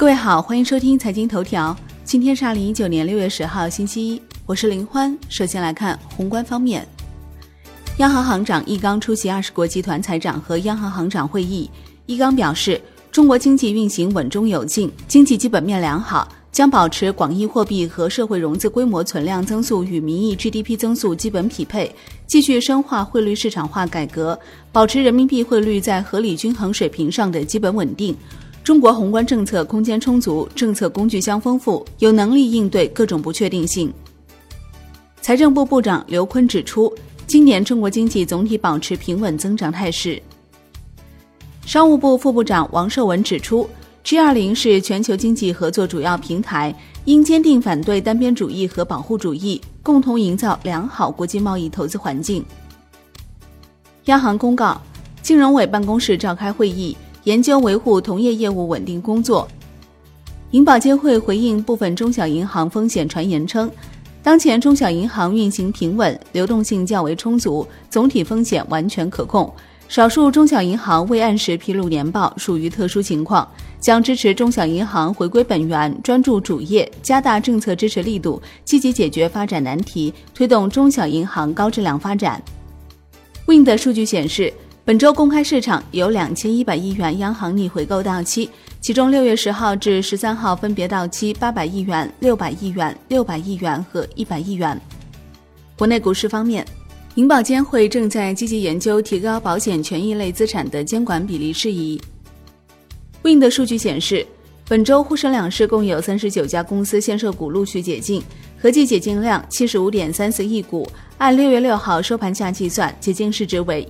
各位好，欢迎收听财经头条。今天是2019年6月10号星期一，我是林欢。首先来看宏观方面，央行行长易纲出席20国集团财长和央行行长会议。易纲表示，中国经济运行稳中有进，经济基本面良好，将保持广义货币和社会融资规模存量增速与名义 GDP 增速基本匹配，继续深化汇率市场化改革，保持人民币汇率在合理均衡水平上的基本稳定。中国宏观政策空间充足，政策工具箱丰富，有能力应对各种不确定性。财政部部长刘昆指出，今年中国经济总体保持平稳增长态势。商务部副部长王受文指出， G20 是全球经济合作主要平台，应坚定反对单边主义和保护主义，共同营造良好国际贸易投资环境。央行公告，金融委办公室召开会议，研究维护同业业务稳定工作。银保监会回应部分中小银行风险传言称，当前中小银行运行平稳，流动性较为充足，总体风险完全可控。少数中小银行未按时披露年报属于特殊情况，将支持中小银行回归本源，专注主业，加大政策支持力度，积极解决发展难题，推动中小银行高质量发展。Wind 的数据显示，本周公开市场有2100亿元央行逆回购到期，其中6月10号至13号分别到期800亿元、600亿元、600亿元和100亿元。国内股市方面，银保监会正在积极研究提高保险权益类资产的监管比例事宜。Wind 的数据显示，本周沪深两市共有39家公司限售股陆续解禁，合计解禁量 75.34 亿股，按6月6号收盘价计算，解禁市值为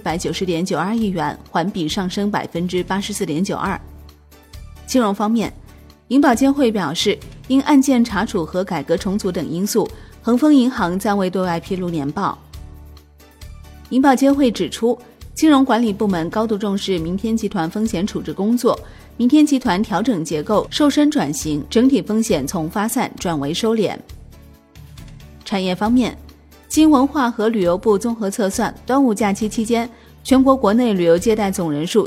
1190.92 亿元，环比上升 84.92%。金融方面，银保监会表示，因案件查处和改革重组等因素，恒丰银行暂未对外披露年报。银保监会指出，金融管理部门高度重视明天集团风险处置工作，明天集团调整结构，瘦身转型，整体风险从发散转为收敛。产业方面，经文化和旅游部综合测算，端午假期期间，全国国内旅游接待总人数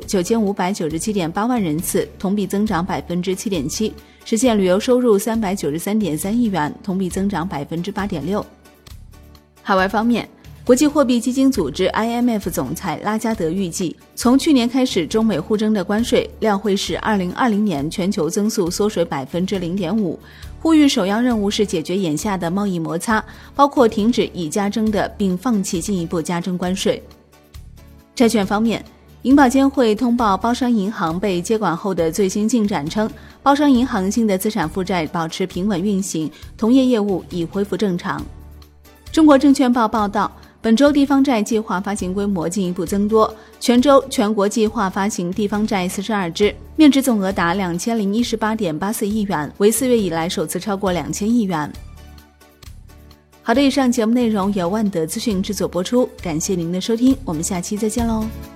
9597.8 万人次，同比增长 7.7%， 实现旅游收入 393.3 亿元，同比增长 8.6%。 海外方面，国际货币基金组织 IMF 总裁拉加德预计，从去年开始，中美互征的关税料会使2020年全球增速缩水 0.5%， 呼吁首要任务是解决眼下的贸易摩擦，包括停止已加征的并放弃进一步加征关税。债券方面，银保监会通报包商银行被接管后的最新进展称，包商银行新的资产负债保持平稳运行，同业业务已恢复正常。中国证券报报道，本周地方债计划发行规模进一步增多，全周全国计划发行地方债42支，面值总额达 2018.84 亿元，为4月以来首次超过2000亿元。好的，以上节目内容由万德资讯制作播出，感谢您的收听，我们下期再见喽。